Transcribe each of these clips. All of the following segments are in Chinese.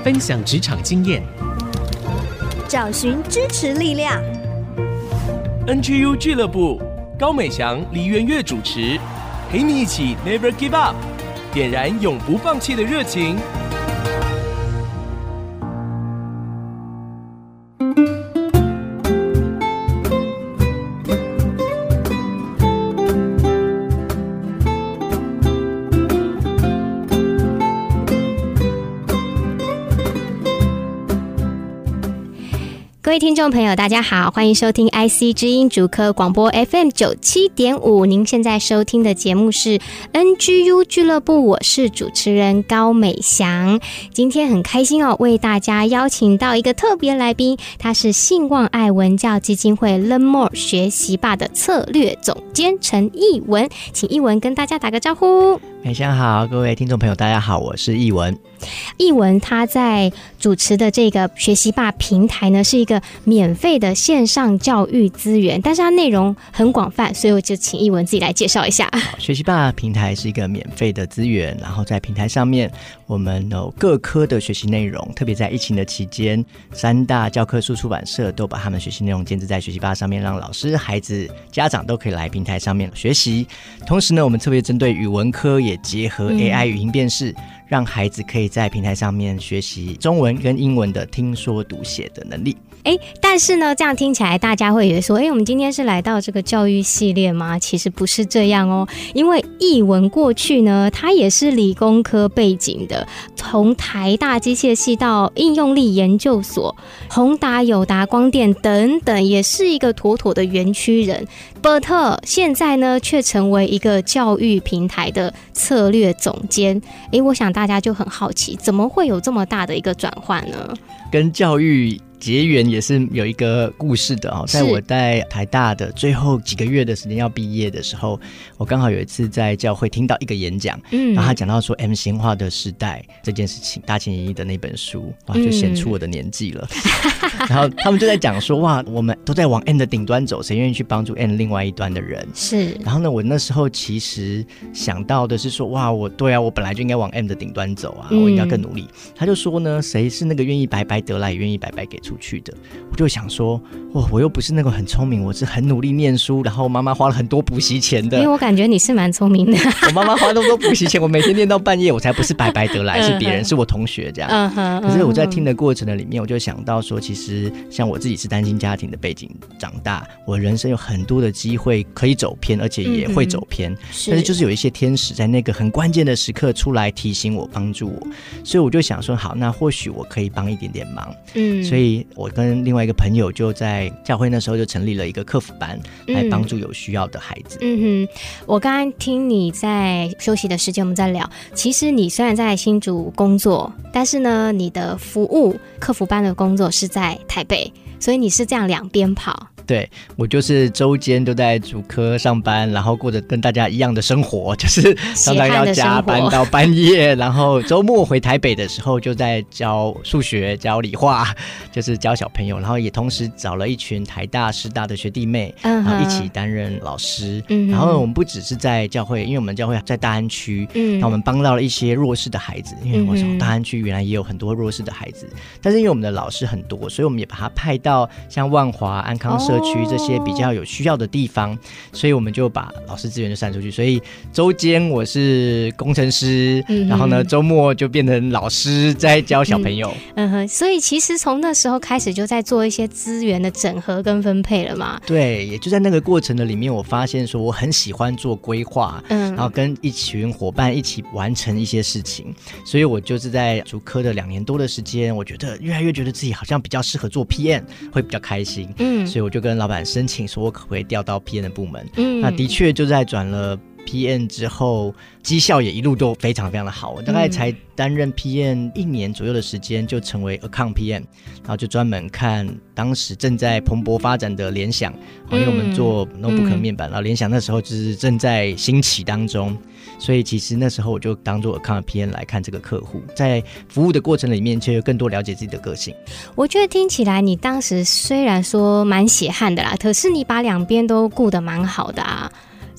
分享职场经验， 找寻支持力量。 NGU 俱乐部，高美翔、黎元月主持，陪你一起 Never Give Up， 点燃永不放弃的热情。 各位听众朋友大家好，欢迎收听 IC 之音竹科广播 FM 97.5， 您现在收听的节目是 NGU 俱乐部，我是主持人高美翔。今天很开心哦，为大家邀请到一个特别来宾，他是信望爱文教基金会 Learn More 学习吧的策略总监陈艺文，请艺文跟大家打个招呼。 美翔好，各位听众朋友大家好，我是艺文。 艺文他在主持的这个学习吧平台呢，是一个免费的线上教育资源，但是它内容很广泛，所以我就请艺文自己来介绍一下。 学习吧平台是一个免费的资源，然后在平台上面我们有各科的学习内容，特别在疫情的期间，3大教科书出版社都把他们学习内容建置在学习吧上面，让老师、孩子、家长都可以来平台上面学习。同时呢，我们特别针对语文科也结合 AI 语音辨识，让孩子可以在平台上面学习中文跟英文的听说读写的能力。 但是呢，这样听起来大家会以为说，我们今天是来到这个教育系列吗？其实不是这样哦，因为艺文过去呢，他也是理工科背景的，从台大机械系到应用力研究所、宏达、友达、光电等等，也是一个妥妥的园区人。But 现在呢，却成为一个教育平台的策略总监。我想大家就很好奇，怎么会有这么大的一个转换呢？ 跟教育结缘也是有一个故事的哦，在我在台大的最后几个月的时间要毕业的时候，我刚好有一次在教会听到一个演讲，然后他讲到说 M 型化的时代这件事情，大前研一的那本书，哇，就显出我的年纪了。然后他们就在讲说，哇，我们都在往 N 的顶端走，谁愿意去帮助 N 另外一端的人？是。然后呢，我那时候其实想到的是说，哇，我本来就应该往 M 的顶端走啊，我应该更努力。他就说呢，谁是那个愿意白白得来，也愿意白白给出去的？我就想说，我又不是那个很聪明，我是很努力念书，然后妈妈花了很多补习钱的。因为我感觉你是蛮聪明的。 我妈妈花那么多补习钱，我每天念到半夜，我才不是白白得来，是别人，是我同学这样。可是我在听的过程的里面，我就想到说，其实像我自己是单亲家庭的背景长大，我人生有很多的机会可以走偏，而且也会走偏，但是就是有一些天使在那个很关键的时刻出来提醒我、帮助我，所以我就想说，好，那或许我可以帮一点点忙。所以我跟另外一个朋友就在教会那时候就成立了一个客服班，来帮助有需要的孩子。 我刚刚听你在休息的时间我们在聊，其实你虽然在新竹工作，但是呢，你的服务客服班的工作是在台北，所以你是这样两边跑。 对，我就是周间都在主科上班，然后过着跟大家一样的生活，就是常常要加班到半夜，然后周末回台北的时候就在教数学、教理化，就是教小朋友，然后也同时找了一群台大、师大的学弟妹，然后一起担任老师。然后我们不只是在教会，因为我们教会在大安区，那我们帮到了一些弱势的孩子，因为我从大安区原来也有很多弱势的孩子，但是因为我们的老师很多，所以我们也把他派到像万华、安康社区这些比较有需要的地方，所以我们就把老师资源就散出去。所以周间我是工程师，然后呢周末就变成老师在教小朋友。 所以其实从那时候开始就在做一些资源的整合跟分配了嘛。 对，也就在那个过程的里面，我发现说我很喜欢做规划，然后跟一群伙伴一起完成一些事情，所以我就是在竹科的2年多的时间，我觉得越来越觉得自己好像比较适合做 PM， 会比较开心。所以我就跟老板申请说我可不可以调到 PM 的部门。那的确就在转了 PM 之后，绩效也一路都非常非常的好，我大概才担任 PM 1年左右的时间就成为 Account PM， 然后就专门看当时正在蓬勃发展的联想，因为我们做 notebook 面板，然后联想那时候就是正在兴起当中，所以其实那时候我就当做 Account PM 来看这个客户，在服务的过程里面就更多了解自己的个性。 我觉得听起来你当时虽然说蛮血汗的啦，可是你把两边都顾得蛮好的啊，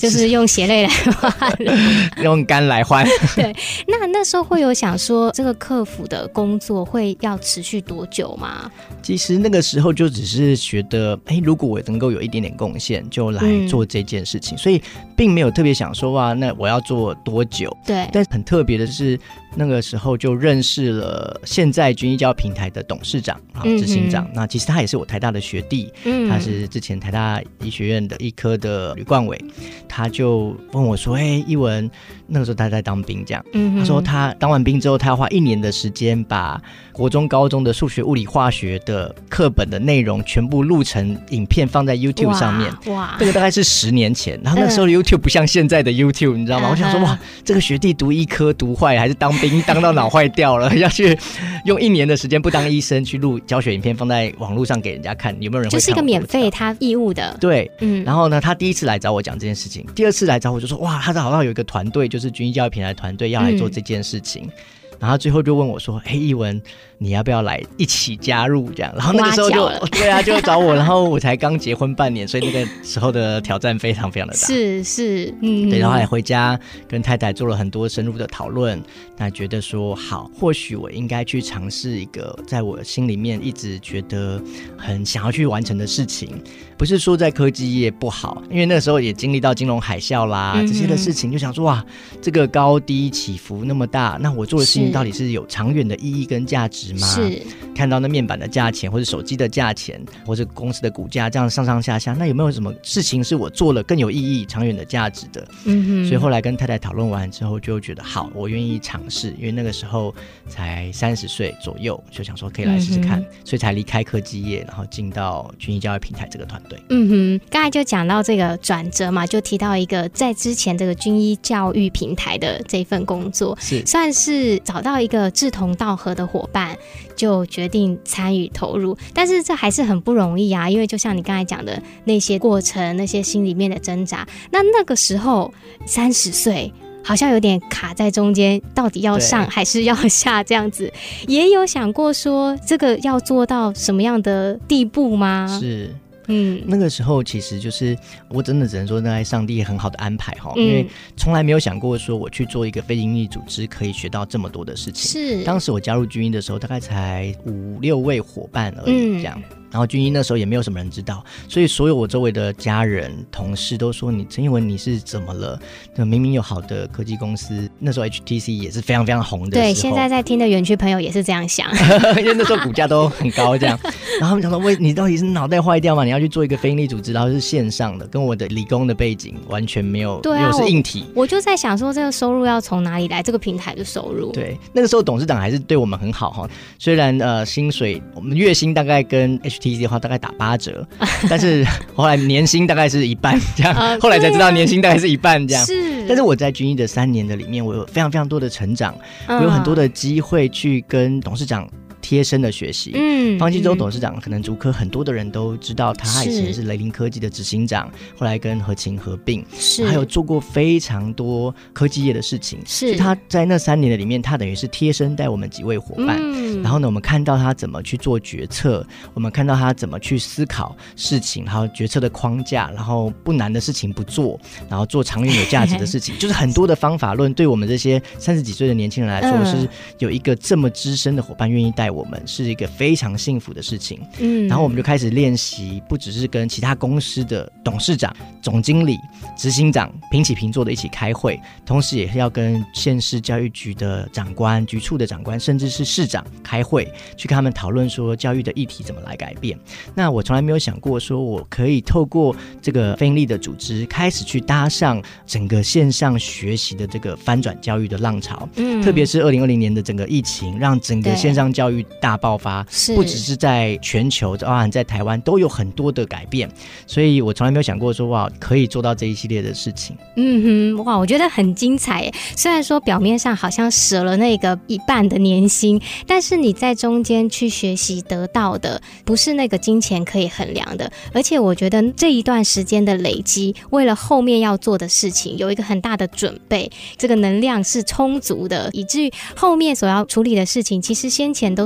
就是用血泪来换用肝来换。 对，那时候会有想说这个客服的工作会要持续多久吗？ 其实那个时候就只是觉得如果我能够有一点点贡献就来做这件事情，所以并没有特别想说哇那我要做多久。 对， 但很特别的是那个时候就认识了现在军医教育平台的董事长执行长，那其实他也是我台大的学弟，他是之前台大医学院的医科的吕冠伟，他就问我说一文那个时候他在当兵这样，他说他当完兵之后他要花1年的时间把国中高中的数学物理化学的课本的内容全部录成影片放在 YouTube 上面。哇，这个大概是10年前，然后那时候 YouTube 不像现在的 YouTube 你知道吗？我想说哇这个学弟读医科读坏还是当兵当到脑坏掉了要去用1年的时间不当医生去录教学影片放在网络上给人家看，有没有人会看？ 就是一个免费他义务的。 对，然后呢他第一次来找我讲这件事情，第二次来找我就说哇他好像有一个团队就是军医教育平台的团队要来做这件事情，然后最后就问我说逸文你要不要来一起加入这样，然后那个时候就对啊就找我然后我才刚结婚半年，所以那个时候的挑战非常非常的大。是对，然后还回家跟太太做了很多深入的讨论，那觉得说好或许我应该去尝试一个在我心里面一直觉得很想要去完成的事情，不是说在科技业不好，因为那个时候也经历到金融海啸啦这些的事情，就想说哇这个高低起伏那么大，那我做的事情到底是有长远的意义跟价值吗？是看到那面板的价钱或者手机的价钱或者公司的股价这样上上下下，那有没有什么事情是我做了更有意义长远的价值的？所以后来跟太太讨论完之后就觉得好我愿意尝试，因为那个时候才30岁左右，就想说可以来试试看，所以才离开科技业然后进到军医教育平台这个团队。 刚才就讲到这个转折嘛，就提到一个在之前这个军医教育平台的这份工作是算是找到一个志同道合的伙伴就决定参与投入，但是这还是很不容易啊，因为就像你刚才讲的那些过程那些心里面的挣扎，那个时候30岁好像有点卡在中间，到底要上还是要下这样子，也有想过说这个要做到什么样的地步吗？是那个时候其实就是我真的只能说那上帝很好的安排因为从来没有想过说我去做一个非营利组织可以学到这么多的事情。是当时我加入军医的时候大概才5-6位伙伴而已这样，然后军医那时候也没有什么人知道，所以所有我周围的家人同事都说你陈逸文你是怎么了，明明有好的科技公司，那时候 HTC 也是非常非常红的时候，对，现在在听的园区朋友也是这样想因为那时候股价都很高这样然后他们想说喂你到底是脑袋坏掉吗？你要去做一个非营利组织然后是线上的，跟我的理工的背景完全没有，对啊，没有是硬体。我就在想说这个收入要从哪里来，这个平台的收入。对，那个时候董事长还是对我们很好虽然薪水我们月薪大概跟 HTC 的话大概打8折但是后来年薪大概是一半这样后来才知道年薪大概是一半这样是。但是我在军医的3年的里面我有非常非常多的成长我有很多的机会去跟董事长贴身的学习。方济洲董事长可能竹科很多的人都知道，他以前是雷凌科技的执行长，后来跟合勤合并，还有做过非常多科技业的事情。所以他在那3年的里面，他等于是贴身带我们几位伙伴。然后呢，我们看到他怎么去做决策，我们看到他怎么去思考事情，然后决策的框架，然后不难的事情不做，然后做长远有价值的事情，就是很多的方法论。对我们这些30几岁的年轻人来说，是有一个这么资深的伙伴愿意带我们，是一个非常幸福的事情。然后我们就开始练习，不只是跟其他公司的董事长、总经理、执行长平起平坐的一起开会，同时也要跟县市教育局的长官、局处的长官，甚至是市长开会，去跟他们讨论说教育的议题怎么来改变。那我从来没有想过说我可以透过这个非营利的组织开始去搭上整个线上学习的这个翻转教育的浪潮。特别是2020年的整个疫情，让整个线上教育大爆发，不只是在全球，包含在台湾都有很多的改变。所以我从来没有想过说哇可以做到这一系列的事情。哇，我觉得很精彩耶。虽然说表面上好像舍了那个一半的年薪，但是你在中间去学习得到的不是那个金钱可以衡量的，而且我觉得这一段时间的累积，为了后面要做的事情有一个很大的准备，这个能量是充足的，以至于后面所要处理的事情其实先前都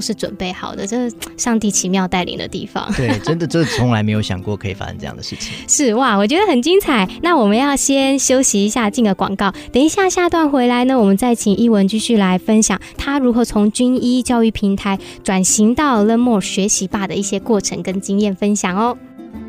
是准备好的，这是上帝奇妙带领的地方。 对，真的这从来没有想过可以发生这样的事情。 是哇，我觉得很精彩。那我们要先休息一下，进个广告，等一下下段回来呢，我们再请一文继续来分享他如何从军医教育平台转型到 Learn More 学习吧的一些过程跟经验分享哦。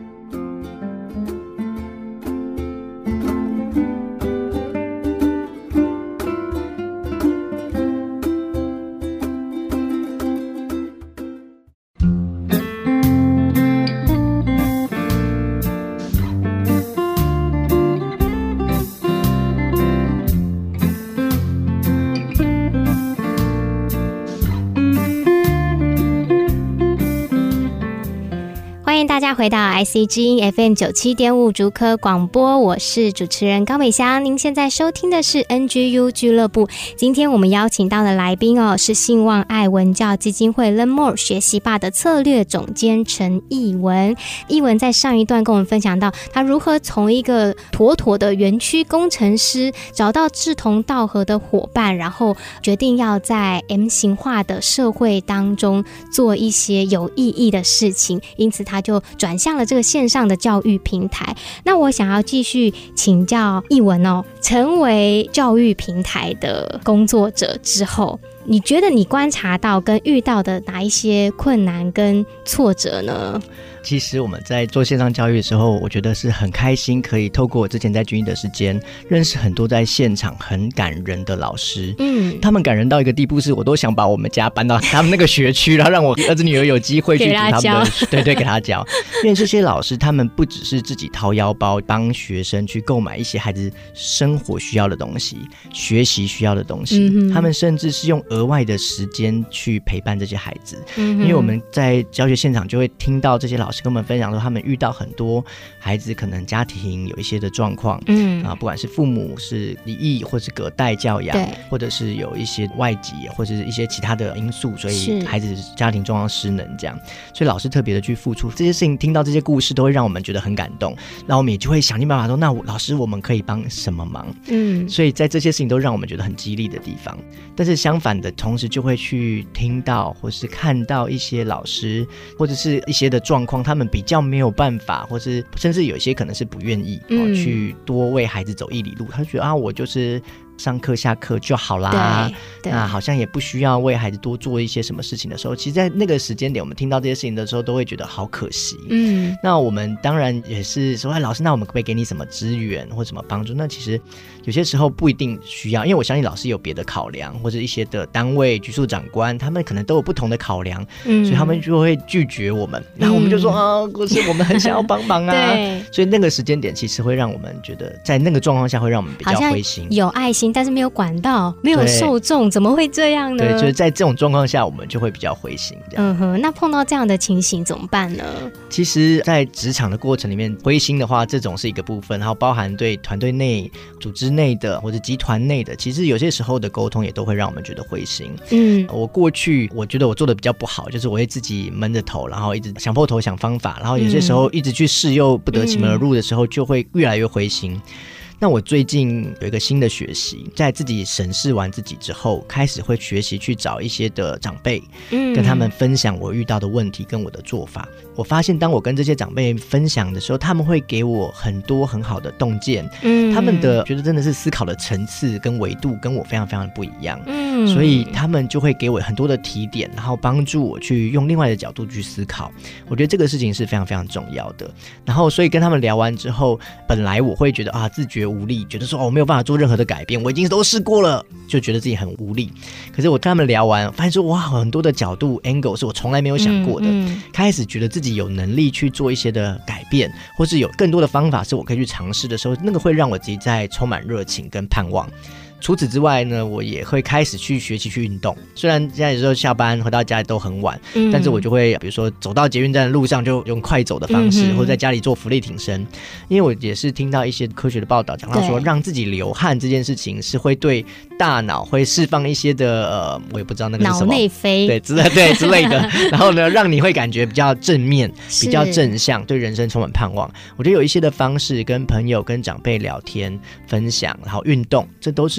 大家回到 IC 之音 FM 97.5 竹科广播，我是主持人高美翔。您现在收听的是 NGU 俱乐部。今天我们邀请到的来宾是信望爱文教基金会 Learn More 学习吧的策略总监陈艺文。艺文在上一段跟我们分享到，他如何从一个妥妥的园区工程师找到志同道合的伙伴，然后决定要在 M 型化的社会当中做一些有意义的事情，因此他就转向了这个线上的教育平台。那我想要继续请教艺文成为教育平台的工作者之后，你觉得你观察到跟遇到的哪一些困难跟挫折呢？ 其实我们在做线上教育的时候，我觉得是很开心，可以透过我之前在军医的时间认识很多在现场很感人的老师。他们感人到一个地步，是我都想把我们家搬到他们那个学区，然后让我儿子女儿有机会去读他们的，对，给他教。因为这些老师他们不只是自己掏腰包帮学生去购买一些孩子生活需要的东西、学习需要的东西，他们甚至是用额外的时间去陪伴这些孩子。因为我们在教学现场就会听到这些老师跟我们分享说，他们遇到很多孩子可能家庭有一些的状况，不管是父母是离异，或是隔代教养，或者是有一些外籍，或者是一些其他的因素，所以孩子家庭状况失能这样，所以老师特别的去付出这些事情，听到这些故事都会让我们觉得很感动，然后我们也就会想尽办法说，那老师我们可以帮什么忙？所以在这些事情都让我们觉得很激励的地方。但是相反的同时就会去听到或是看到一些老师或者是一些的状况，他们比较没有办法，或是甚至有一些可能是不愿意去多为孩子走一里路，他就觉得我就是上课下课就好啦，那好像也不需要为孩子多做一些什么事情的时候，其实在那个时间点我们听到这些事情的时候都会觉得好可惜。那我们当然也是说，老师那我们可不可以给你什么资源或什么帮助？那其实有些时候不一定需要，因为我相信老师有别的考量，或者一些的单位局处长官他们可能都有不同的考量，所以他们就会拒绝我们，然后我们就说可是我们很想要帮忙啊所以那个时间点其实会让我们觉得在那个状况下会让我们比较灰心， 有爱心但是没有管道，没有受众，怎么会这样呢？ 对，就是在这种状况下我们就会比较灰心这样。 那碰到这样的情形怎么办呢？ 其实在职场的过程里面，灰心的话这种是一个部分，然后包含对团队内组织内的或者集团内的，其实有些时候的沟通也都会让我们觉得灰心。我过去我觉得我做的比较不好，就是我会自己闷着头，然后一直想破头想方法，然后有些时候一直去试又不得其门而入的时候，就会越来越灰心。那我最近有一个新的学习，在自己审视完自己之后，开始会学习去找一些的长辈，跟他们分享我遇到的问题跟我的做法。我发现当我跟这些长辈分享的时候，他们会给我很多很好的洞见，他们的觉得真的是思考的层次跟维度跟我非常非常的不一样，所以他们就会给我很多的提点，然后帮助我去用另外的角度去思考。我觉得这个事情是非常非常重要的。然后所以跟他们聊完之后，本来我会觉得自觉无力，觉得说我没有办法做任何的改变，我已经都试过了，就觉得自己很无力。可是我跟他们聊完发现说，哇，很多的角度 angle 是我从来没有想过的，开始觉得自己有能力去做一些的改变，或是有更多的方法是我可以去尝试的时候，那个会让我自己在充满热情跟盼望。除此之外呢，我也会开始去学习去运动。虽然现在有时候下班回到家里都很晚，但是我就会比如说走到捷运站的路上就用快走的方式，或者在家里做伏地挺身。因为我也是听到一些科学的报道讲到说，让自己流汗这件事情是会对大脑会释放一些的我也不知道那个是什么， 脑内啡对之类的然后呢让你会感觉比较正面，比较正向，对人生充满盼望。我觉得有一些的方式跟朋友跟长辈聊天分享，然后运动，这都是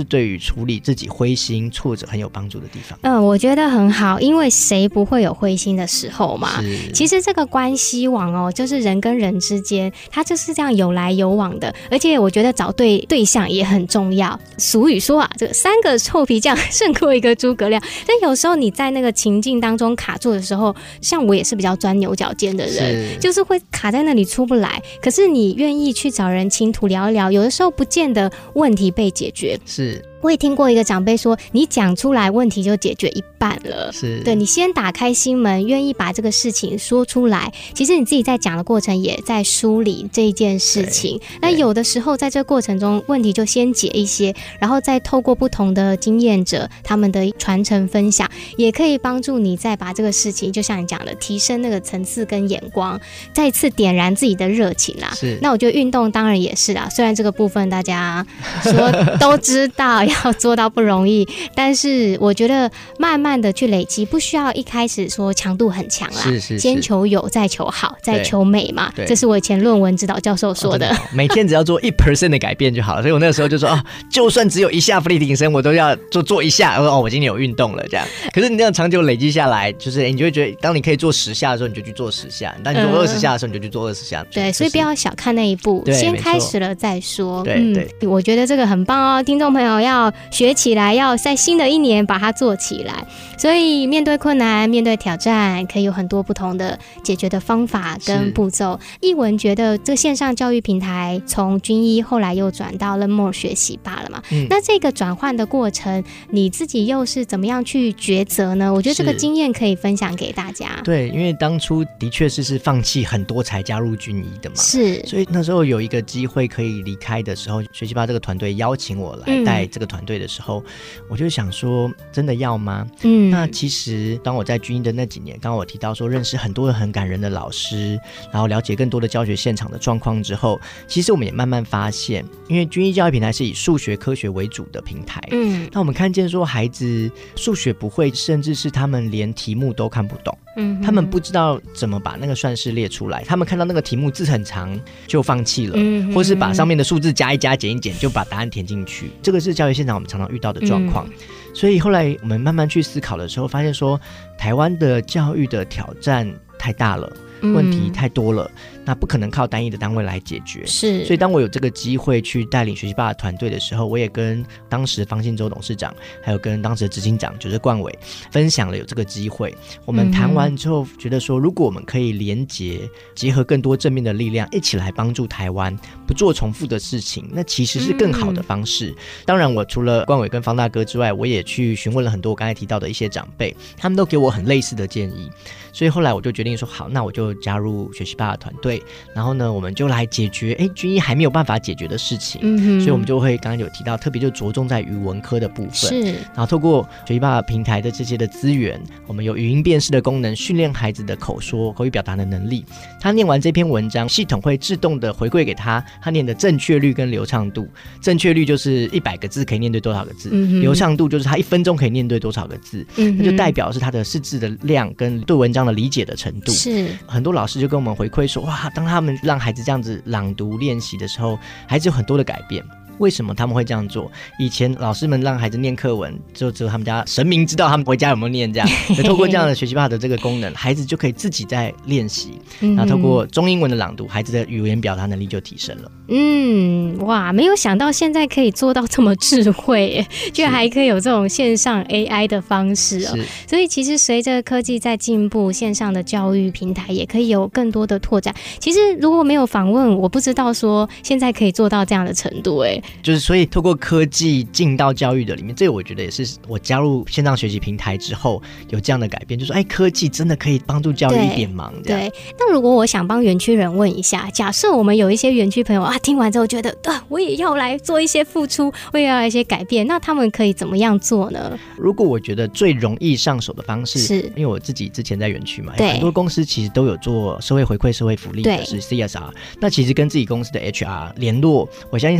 对于处理自己灰心挫折很有帮助的地方？ 我觉得很好，因为谁不会有灰心的时候嘛。其实这个关系网就是人跟人之间，它就是这样有来有往的，而且我觉得找对象也很重要。俗语说这个3个臭皮匠胜过1个诸葛亮，但有时候你在那个情境当中卡住的时候，像我也是比较钻牛角尖的人，就是会卡在那里出不来。可是你愿意去找人倾吐聊一聊，有的时候不见得问题被解决。 是， 我也听过一个长辈说，你讲出来问题就解决一半了。 是， 对，你先打开心门，愿意把这个事情说出来，其实你自己在讲的过程也在梳理这一件事情。那有的时候在这过程中问题就先解一些，然后再透过不同的经验者他们的传承分享，也可以帮助你再把这个事情就像你讲的提升那个层次跟眼光，再一次点燃自己的热情啦。 是， 那我觉得运动当然也是啦，虽然这个部分大家说都知道要做到不容易，但是我觉得慢慢的去累积，不需要一开始说强度很强啦， 是先求有再求好再求美嘛，这是我以前论文指导教授说的， 每天只要做1% 的改变就好了。所以我那个时候就说就算只有1下伏地挺身我都要做1下，我今天有运动了这样。可是你这样长久累积下来，就是你就会觉得当你可以做10下的时候你就去做10下，当你做20下的时候你就去做20下。 对，所以不要小看那一步，先开始了再说。 对， 我觉得这个很棒哦，听众朋友要学起来，要在新的一年把它做起来。所以面对困难面对挑战，可以有很多不同的解决的方法跟步骤。艺文觉得这个线上教育平台从军医后来又转到 Learnmore 学习吧了嘛，那这个转换的过程你自己又是怎么样去抉择呢？我觉得这个经验可以分享给大家。 对，因为当初的确是放弃很多才加入军医的嘛， 是， 所以那时候有一个机会可以离开的时候，学习吧这个团队邀请我来带这个团队的时候，我就想说真的要吗？那其实当我在军医的那几年，刚刚我提到说认识很多很感人的老师，然后了解更多的教学现场的状况之后，其实我们也慢慢发现，因为军医教育平台是以数学科学为主的平台，那我们看见说孩子数学不会，甚至是他们连题目都看不懂，他们不知道怎么把那个算式列出来，他们看到那个题目字很长就放弃了，或是把上面的数字加一加减一减就把答案填进去，这个是教育现场我们常常遇到的状况。所以后来我们慢慢去思考的时候，发现说台湾的教育的挑战太大了，问题太多了，那不可能靠单一的单位来解决。 是， 所以当我有这个机会去带领学习吧的团队的时候，我也跟当时方信洲董事长还有跟当时的执行长就是冠伟分享了有这个机会。我们谈完之后觉得说，如果我们可以连结合更多正面的力量一起来帮助台湾，不做重复的事情，那其实是更好的方式。当然我除了冠伟跟方大哥之外，我也去询问了很多我刚才提到的一些长辈，他们都给我很类似的建议。所以后来我就决定说，好，那我就加入学习吧的团队，然后呢我们就来解决军医还没有办法解决的事情。所以我们就会刚刚有提到，特别就着重在语文科的部分，是，然后透过学习吧平台的这些的资源，我们有语音辨识的功能，训练孩子的口说口语表达的能力。他念完这篇文章，系统会自动的回馈给他念的正确率跟流畅度。正确率就是100个字可以念对多少个字，流畅度就是他1分钟可以念对多少个字，那就代表是他的识字的量跟对文章的理解的程度。是，很多老师就跟我们回馈说，哇，当他们让孩子这样子朗读练习的时候，孩子有很多的改变。为什么他们会这样做？以前老师们让孩子念课文，就只有他们家神明知道他们回家有没有念，这样透过这样的学习吧的这个功能，孩子就可以自己在练习，然后透过中英文的朗读，孩子的语言表达能力就提升了。 哇，没有想到现在可以做到这么智慧耶，居然还可以有这种线上 AI 的方式哦。所以其实随着科技在进步，线上的教育平台也可以有更多的拓展。其实如果没有访问，我不知道说现在可以做到这样的程度耶。 就是所以透过科技进到教育的里面，这个我觉得也是我加入线上学习平台之后有这样的改变，就是科技真的可以帮助教育一点忙。 对，那如果我想帮园区人问一下，假设我们有一些园区朋友听完之后觉得我也要来做一些付出，我也要一些改变，那他们可以怎么样做呢？ 如果我觉得最容易上手的方式，是因为我自己之前在园区嘛，很多公司其实都有做社会回馈社会福利的是 CSR， 那其实跟自己公司的 HR 联络，我相信他们就有一些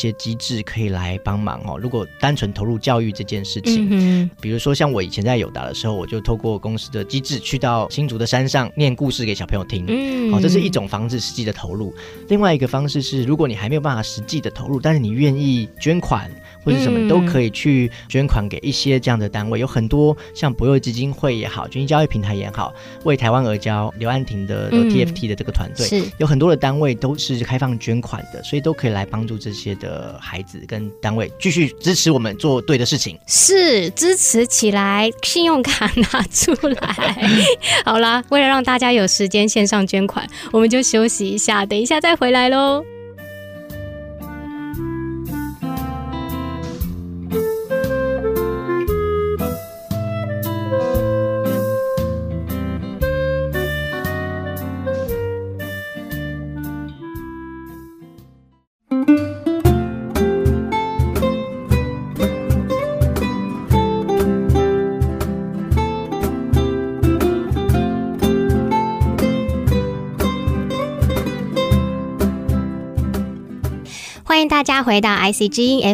些机制可以来帮忙如果单纯投入教育这件事情，比如说像我以前在友达的时候，我就透过公司的机制去到新竹的山上念故事给小朋友听，这是一种方式实际的投入。另外一个方式是，如果你还没有办法实际的投入，但是你愿意捐款或是什么，都可以去捐款给一些这样的单位，有很多像博幼基金会也好，军医教育平台也好，为台湾而教刘安婷的 TFT 的这个团队，有很多的单位都是开放捐款的，所以都可以来帮助这些的孩子跟单位继续支持我们做对的事情。 是，支持起来，信用卡拿出来。好啦，为了让大家有时间线上捐款，我们就休息一下，等一下再回来咯。欢迎大家回到 IC 之音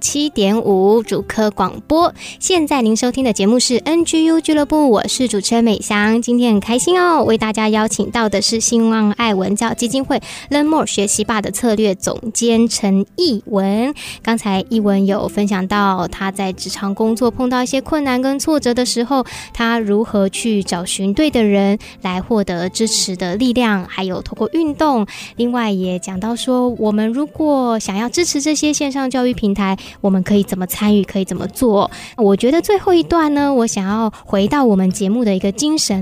FM97.5 主科广播。现在您收听的节目是 NGU 俱乐部，我是主持人美香。今天很开心为大家邀请到的是兴旺爱文教基金会 Learn More 学习吧的策略总监陈艺文。刚才艺文有分享到他在职场工作碰到一些困难跟挫折的时候，他如何去找寻对的人来获得支持的力量，还有透过运动。另外也讲到说，我们如果想要支持这些线上教育平台，我们可以怎么参与，可以怎么做。我觉得最后一段呢，我想要回到我们节目的一个精神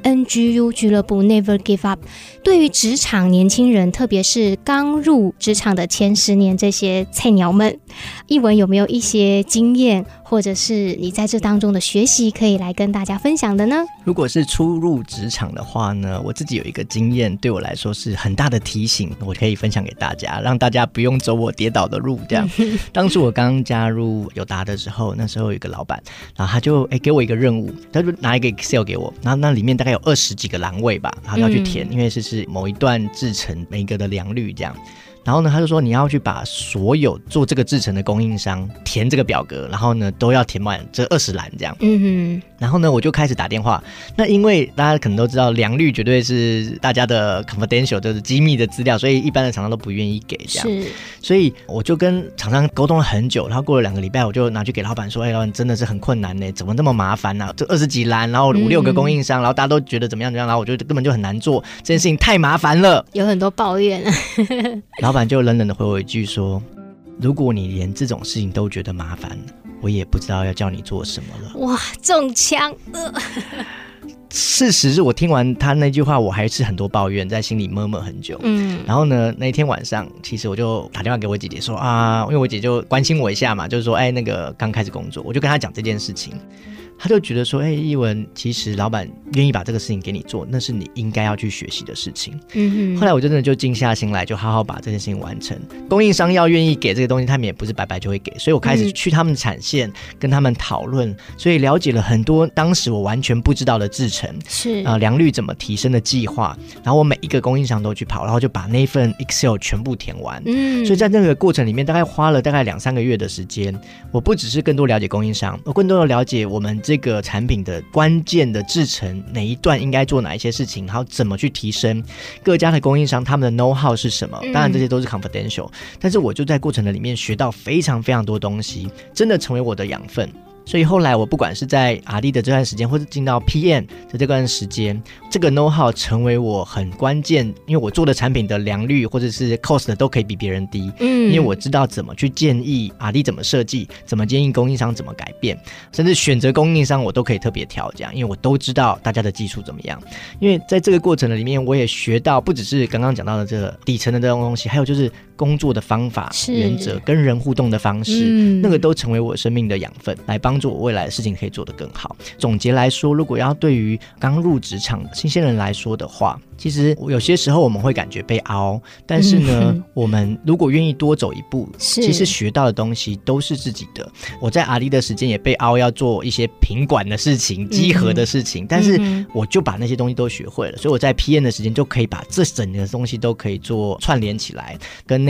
NGU 俱乐部 Never Give Up。 对于职场年轻人，特别是刚入职场的前10年这些菜鸟们，艺文有没有一些经验，或者是你在这当中的学习可以来跟大家分享的呢？ 如果是初入职场的话呢，我自己有一个经验，对我来说是很大的提醒，我可以分享给大家，让大家不用走我跌倒的路这样。当初我刚加入友达的时候，那时候有一个老板，然后他就给我一个任务，他就拿一个 Excel 给我，然后那里面大概有20几个栏位吧，然后要去填，因为是某一段制程每一个的良率这样。然后呢，他就说你要去把所有做这个制程的供应商填这个表格，然后呢都要填满这20栏这样。然后呢我就开始打电话。那因为大家可能都知道，良率绝对是大家的 confidential， 就是机密的资料，所以一般的厂商都不愿意给这样。是，所以我就跟厂商沟通了很久，然后过了2个礼拜，我就拿去给老板说，老板真的是很困难呢，怎么那么麻烦啊？这20几栏，然后5、6个供应商，然后大家都觉得怎么样怎么样，然后我觉得根本就很难做，这件事情太麻烦了， 有很多抱怨。 老板就冷冷的回我一句说，如果你连这种事情都觉得麻烦，我也不知道要叫你做什么了。哇， 中枪！ 事实是我听完他那句话，我还是很多抱怨，在心里默默很久。然后呢，那一天晚上，其实我就打电话给我姐姐说因为我姐就关心我一下嘛，就是说，那个刚开始工作，我就跟她讲这件事情。他就觉得说，艺文，其实老板愿意把这个事情给你做，那是你应该要去学习的事情。后来我真的就静下心来，就好好把这件事情完成。供应商要愿意给这个东西，他们也不是白白就会给，所以我开始去他们产线跟他们讨论，所以了解了很多当时我完全不知道的制程，是良率怎么提升的计划，然后我每一个供应商都去跑，然后就把那份 Excel 全部填完。所以在那个过程里面，大概花了大概2、3个月的时间，我不只是更多了解供应商，我更多的了解我们这个产品的关键的制程，哪一段应该做哪一些事情，然后怎么去提升各家的供应商他们的 know how 是什么。当然这些都是 confidential， 但是我就在过程的里面学到非常非常多东西，真的成为我的养分。所以后来我不管是在 R&D 的这段时间，或者进到 PM 的这段时间，这个 know how 成为我很关键，因为我做的产品的良率或者是 cost 都可以比别人低。因为我知道怎么去建议 R&D 怎么设计，怎么建议供应商怎么改变，甚至选择供应商我都可以特别挑这样，因为我都知道大家的技术怎么样。因为在这个过程的里面，我也学到不只是刚刚讲到的这个底层的这种东西，还有就是工作的方法、原则跟人互动的方式，那个都成为我生命的养分，来帮助我未来的事情可以做得更好。总结来说，如果要对于刚入职场的新鲜人来说的话，其实有些时候我们会感觉被凹，但是呢，我们如果愿意多走一步，其实学到的东西都是自己的。我在R&D的时间也被凹要做一些品管的事情、稽核的事情，但是我就把那些东西都学会了，所以我在 PM 的时间就可以把这整个东西都可以做串联起来，跟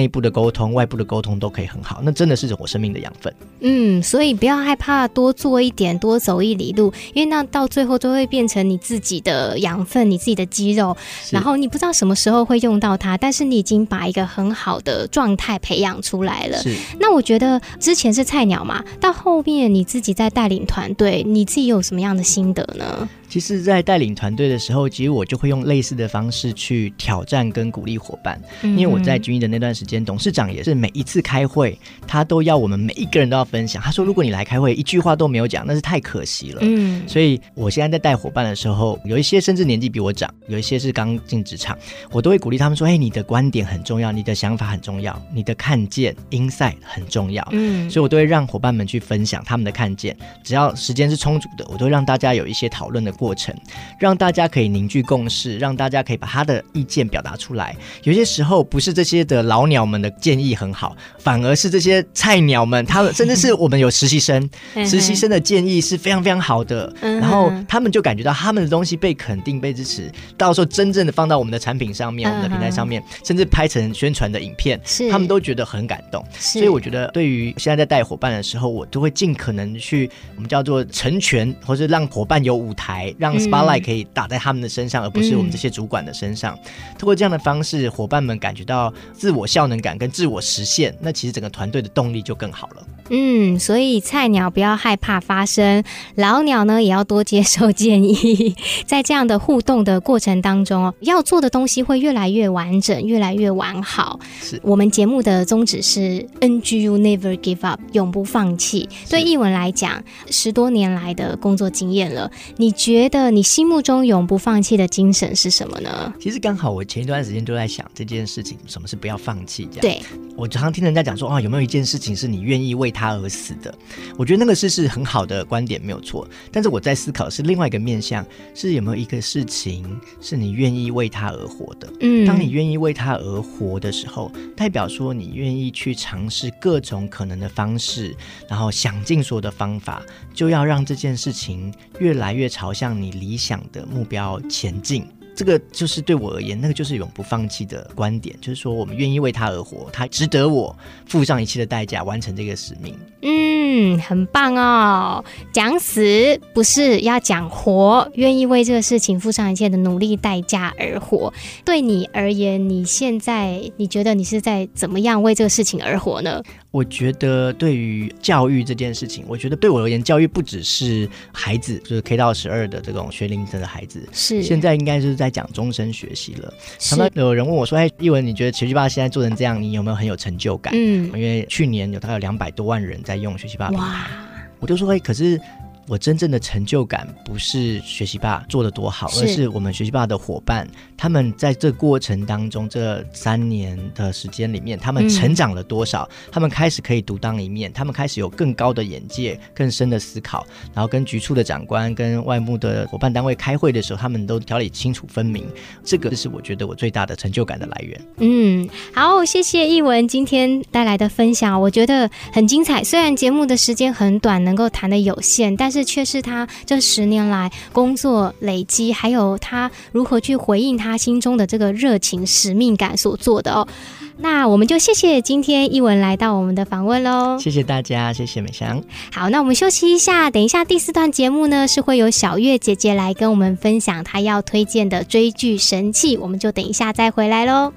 内部的沟通、外部的沟通都可以很好，那真的是我生命的养分。 所以不要害怕多做一点，多走一里路，因为那到最后都会变成你自己的养分，你自己的肌肉，然后你不知道什么时候会用到它，但是你已经把一个很好的状态培养出来了。 是。 那我觉得之前是菜鸟嘛，到后面你自己在带领团队，你自己有什么样的心得呢？ 其实在带领团队的时候，其实我就会用类似的方式去挑战跟鼓励伙伴。因为我在军医的那段时间，董事长也是每一次开会他都要我们每一个人都要分享，他说如果你来开会一句话都没有讲，那是太可惜了。所以我现在在带伙伴的时候，有一些甚至年纪比我长，有一些是刚进职场，我都会鼓励他们说，你的观点很重要，你的想法很重要，你的看见 insight 很重要。所以我都会让伙伴们去分享他们的看见，只要时间是充足的，我都会让大家有一些讨论的过程，让大家可以凝聚共识，让大家可以把他的意见表达出来。有些时候不是这些的老鸟们的建议很好，反而是这些菜鸟们，他们甚至是我们有实习生实习生的建议是非常非常好的，然后他们就感觉到他们的东西被肯定被支持，到时候真正的放到我们的产品上面，我们的平台上面，甚至拍成宣传的影片，他们都觉得很感动。所以我觉得对于现在在带伙伴的时候，我都会尽可能去我们叫做成全，或是让伙伴有舞台，让 spotlight 可以打在他们的身上，而不是我们这些主管的身上。透过这样的方式，伙伴们感觉到自我效能感跟自我实现，那其实整个团队的动力就更好了。 所以菜鸟不要害怕发声，老鸟呢也要多接受建议。在这样的互动的过程当中，要做的东西会越来越完整，越来越完好。我们节目的宗旨是 NGU Never Give Up， 永不放弃。对艺文来讲，10多年来的工作经验了，你觉得你心目中永不放弃的精神是什么呢？ 其实刚好我前一段时间就在想这件事情，什么是不要放弃这样。 对， 我常常听人家讲说，有没有一件事情是你愿意为他而死的？我觉得那个是很好的观点，没有错。但是我在思考的是另外一个面向，是有没有一个事情是你愿意为他而活的？当你愿意为他而活的时候，代表说你愿意去尝试各种可能的方式，然后想尽所有的方法，就要让这件事情越来越朝向你理想的目标前进。这个就是对我而言，那个就是永不放弃的观点，就是说我们愿意为他而活，他值得我付上一切的代价完成这个使命。 很棒哦，讲死不是要讲活，愿意为这个事情付上一切的努力代价而活。对你而言，你现在你觉得你是在怎么样为这个事情而活呢？ 我觉得对于教育这件事情，我觉得对我而言，教育不只是孩子，就是 K 到12的这种学龄层的孩子，是现在应该是在讲终身学习了。常常有人问我说，艺文，你觉得学习吧现在做成这样，你有没有很有成就感？因为去年有大概有200多万人在用学习吧平台，我就说，可是我真正的成就感不是学习吧做得多好，而是我们学习吧的伙伴，他们在这过程当中，这3年的时间里面，他们成长了多少，他们开始可以独当一面，他们开始有更高的眼界，更深的思考，然后跟局处的长官跟外部的伙伴单位开会的时候，他们都条理清楚分明，这个是我觉得我最大的成就感的来源。 好，谢谢艺文今天带来的分享，我觉得很精彩。虽然节目的时间很短，能够谈的有限，但是却是他这10年来工作累积，还有他如何去回应他心中的这个热情使命感所做的哦。那我们就谢谢今天艺文来到我们的访问咯。 谢谢大家，谢谢美香。 好，那我们休息一下，等一下第4段节目呢是会有小月姐姐来跟我们分享她要推荐的追剧神器，我们就等一下再回来咯。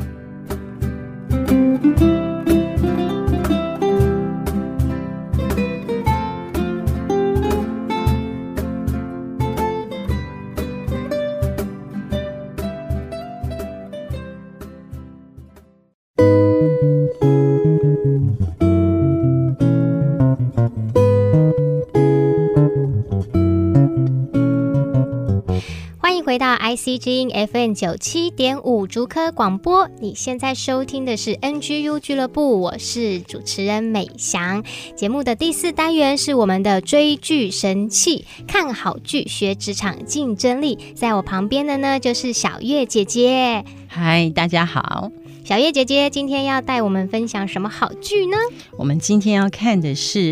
回到 IC 之音 FM 97.5 竹科广播，你现在收听的是 NGU 俱乐部，我是主持人美翔。节目的第4单元是我们的追剧神器，看好剧学职场竞争力。在我旁边的呢就是小月姐姐。 嗨，大家好。 小月姐姐今天要带我们分享什么好剧呢？ 我们今天要看的是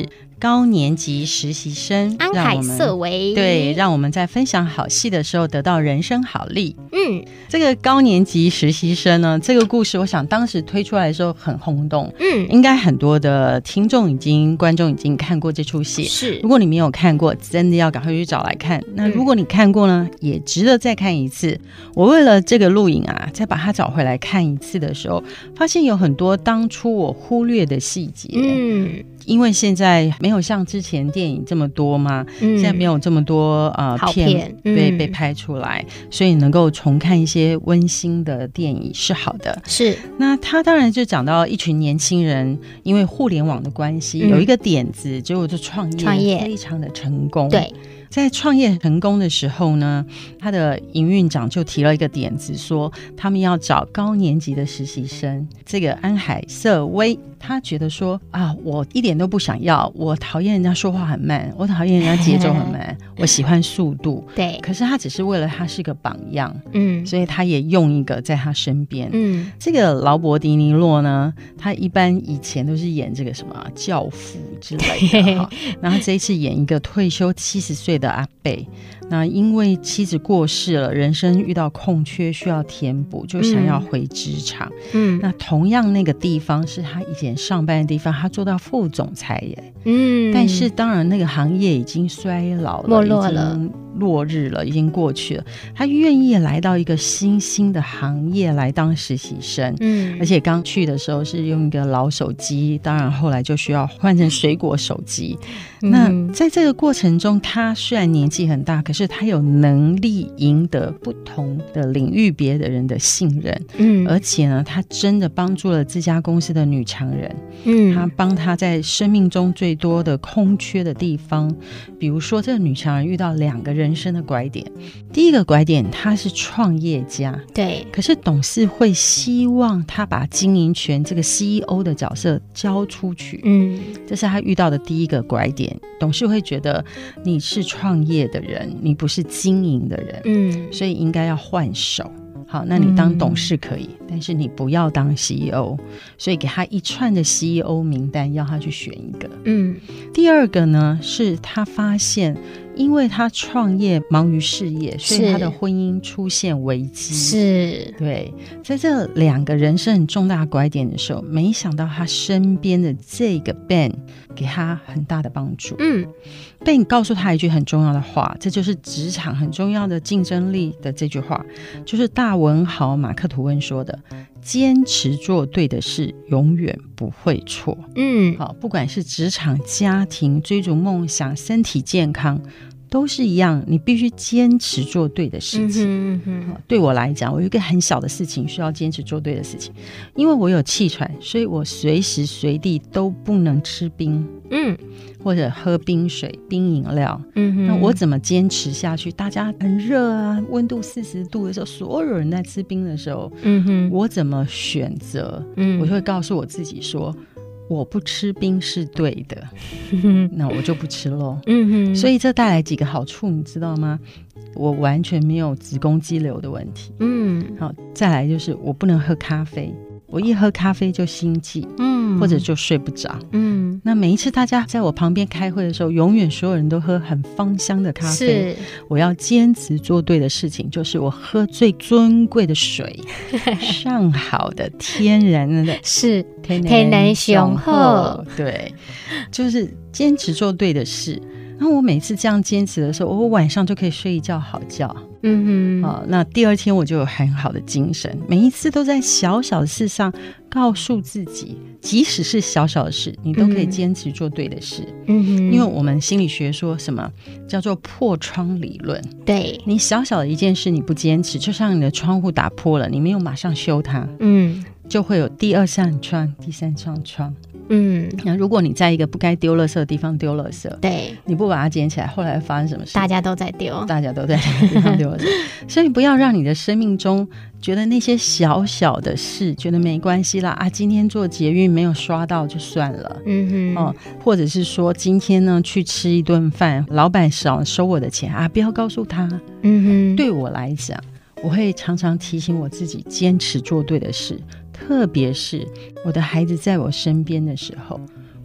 高年级实习生安海瑟薇， 对，让我们在分享好戏的时候得到人生好力。这个高年级实习生呢，这个故事我想当时推出来的时候很轰动，应该很多的听众观众已经看过这出戏。 是， 如果你没有看过，真的要赶快去找来看。那如果你看过呢，也值得再看一次。我为了这个录影啊，再把它找回来看一次的时候，发现有很多当初我忽略的细节。因为现在没有像之前电影这么多嘛，现在没有这么多片被拍出来，所以能够重看一些温馨的电影是好的。 是， 那他当然就讲到一群年轻人因为互联网的关系，有一个点子，结果就创业非常的成功。 对， 在创业成功的时候呢，他的营运长就提了一个点子，说他们要找高年级的实习生。这个安海瑟薇他觉得说啊，我一点都不想要，我讨厌人家说话很慢，我讨厌人家节奏很慢我喜欢速度。 对， 可是他只是为了他是个榜样，所以他也用一个在他身边。这个劳勃迪尼洛呢，他一般以前都是演这个什么教父之类的然后这一次演一个退休70岁的阿伯，那因为妻子过世了，人生遇到空缺需要填补，就想要回职场。那同样那个地方是他以前上班的地方，他做到副总裁耶。但是当然那个行业已经衰老了， 没落了， 已经落日了，已经过去了。他愿意来到一个新兴的行业来当实习生，而且刚去的时候是用一个老手机，当然后来就需要换成水果手机。那在这个过程中，他虽然年纪很大，可是他有能力赢得不同的领域别的人的信任。而且呢，他真的帮助了这家公司的女强人。他帮他在生命中最多的空缺的地方，比如说这个女强人遇到2个人生的拐点。第一个拐点，他是创业家， 对， 可是董事会希望他把经营权这个 CEO 的角色交出去。这是他遇到的第一个拐点。董事会觉得你是创业的人，你不是经营的人，所以应该要换手。好，那你当董事可以，但是你不要当 CEO， 所以给他一串的 CEO 名单，要他去选一个。第二个呢，是他发现因为他创业忙于事业，所以他的婚姻出现危机。是，对，在这2个人生很重大拐点的时候，没想到他身边的这个 Ben 给他很大的帮助。Ben 告诉他一句很重要的话，这就是职场很重要的竞争力的这句话，就是大文豪马克吐温说的，坚持做对的事永远不会错。好，不管是职场、家庭、追逐梦想、身体健康，都是一样，你必须坚持做对的事情。对我来讲，我有一个很小的事情需要坚持做对的事情，因为我有气喘，所以我随时随地都不能吃冰，或者喝冰水、冰饮料。那我怎么坚持下去？大家很热啊，温度40度的时候，所有人在吃冰的时候，我怎么选择？我就会告诉我自己说，我不吃冰是对的，那我就不吃咯。所以这带来几个好处你知道吗？我完全没有子宫肌瘤的问题。好，再来就是我不能喝咖啡，我一喝咖啡就心悸，或者就睡不着。那每一次大家在我旁边开会的时候，永远所有人都喝很芳香的咖啡。我要坚持做对的事情，就是我喝最尊贵的水上好的天然的，是天然雄厚。对，就是坚持做对的事。然后我每次这样坚持的时候，我晚上就可以睡一觉好觉。那第二天我就有很好的精神。每一次都在小小的事上告诉自己，即使是小小的事，你都可以坚持做对的事。因为我们心理学说什么叫做破窗理论。对，你小小的一件事你不坚持，就像你的窗户打破了，你没有马上修它，就会有第2扇窗、第3扇窗。那如果你在一个不该丢垃圾的地方丢垃圾，对，你不把它捡起来，后来会发生什么事？大家都在丢，大家都在那个地方丢垃圾。所以不要让你的生命中觉得那些小小的事觉得没关系啦，啊，今天做捷运没有刷到就算了。或者是说今天呢去吃一顿饭，老板少收我的钱啊，不要告诉他。对我来讲，我会常常提醒我自己坚持做对的事，特别是我的孩子在我身边的时候，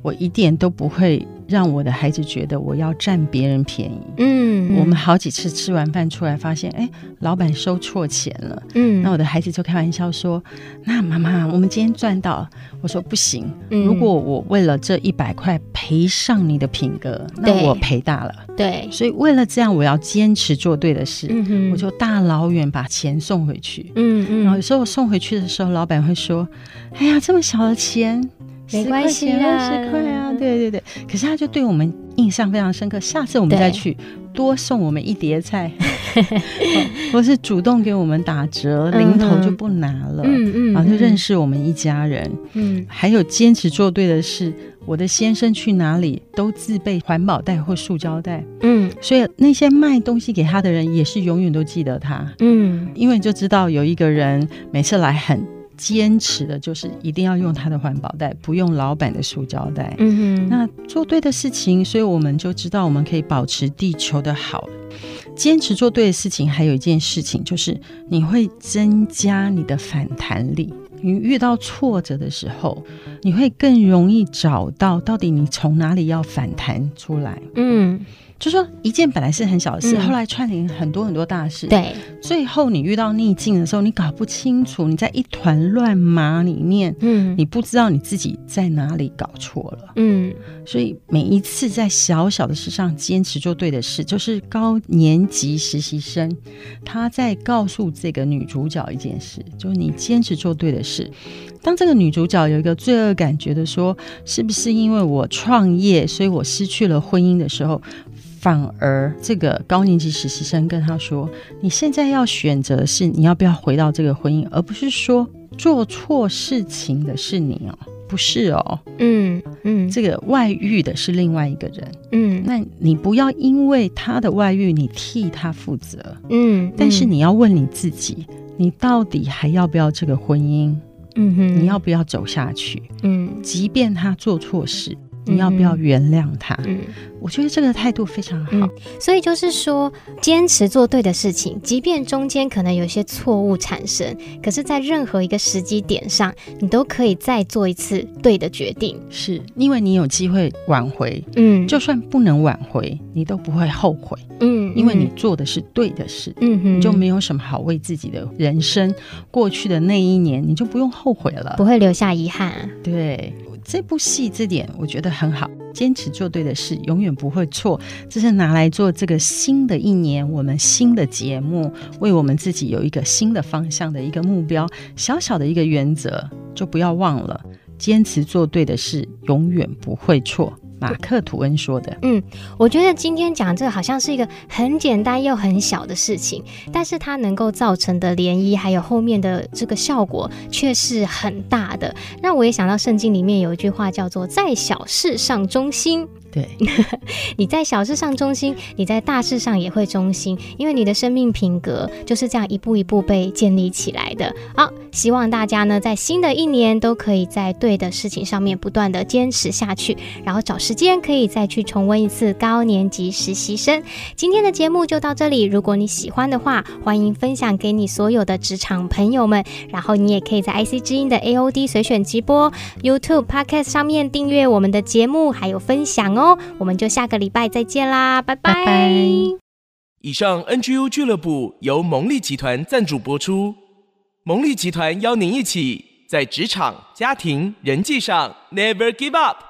我一点都不会让我的孩子觉得我要占别人便宜。我们好几次吃完饭出来发现老板收错钱了。那我的孩子就开玩笑说，那妈妈我们今天赚到了。我说不行，如果我为了这100块赔上你的品格，那我赔大了。 对， 所以为了这样我要坚持做对的事。我就大老远把钱送回去。然后有时候我送回去的时候，老板会说，哎呀这么小的钱没关系啊 ，20块啊，对对对。可是他就对我们印象非常深刻，下次我们再去多送我们1碟菜，或是主动给我们打折，零头就不拿了，然后就认识我们一家人。还有坚持做对的事，我的先生去哪里都自备环保袋或塑胶袋。所以那些卖东西给他的人也是永远都记得他。因为就知道有一个人每次来很坚持的就是一定要用他的环保袋，不用老板的塑胶袋。那做对的事情，所以我们就知道我们可以保持地球的好。坚持做对的事情还有一件事情，就是你会增加你的反弹力。你遇到挫折的时候，你会更容易找到到底你从哪里要反弹出来。就说一件本来是很小的事，后来串联很多很多大事。对，最后你遇到逆境的时候，你搞不清楚，你在一团乱麻里面，你不知道你自己在哪里搞错了。所以每一次在小小的事上坚持做对的事，就是高年级实习生他在告诉这个女主角一件事，就是你坚持做对的事。当这个女主角有一个罪恶感，觉得说是不是因为我创业所以我失去了婚姻的时候，反而这个高年级实习生跟她说，你现在要选择的是你要不要回到这个婚姻，而不是说做错事情的是你哦，不是哦。这个外遇的是另外一个人。那你不要因为他的外遇你替他负责。但是你要问你自己，你到底还要不要这个婚姻？你要不要走下去？即便他做错事，你要不要原谅他？我觉得这个态度非常好。 所以就是说坚持做对的事情，即便中间可能有些错误产生，可是在任何一个时机点上你都可以再做一次对的决定。 是因为你有机会挽回。就算不能挽回你都不会后悔。因为你做的是对的事。你就没有什么好为自己的人生过去的那一年你就不用后悔了， 不会留下遗憾。 对，这部戏这点我觉得很好，坚持做对的事永远不会错，这是拿来做这个新的一年我们新的节目，为我们自己有一个新的方向的一个目标，小小的一个原则，就不要忘了坚持做对的事永远不会错，马克吐温说的。 我觉得今天讲这个好像是一个很简单又很小的事情，但是它能够造成的涟漪还有后面的这个效果却是很大的，让我也想到圣经里面有一句话叫做在小事上忠心。对，你在小事上忠心，你在大事上也会忠心，因为你的生命品格就是这样一步一步被建立起来的。好，希望大家呢在新的一年都可以在对的事情上面不断的坚持下去，然后找时间可以再去重温一次高年级实习生。今天的节目就到这里，如果你喜欢的话，欢迎分享给你所有的职场朋友们，然后你也可以在 IC 之音的 AOD 随选直播 YouTube Podcast 上面订阅我们的节目还有分享哦。我们就下个礼拜再见啦，拜拜。 以上 NGU 俱乐部由蒙利集团赞助播出，蒙利集团邀您一起在职场、家庭、人际上 Never Give Up。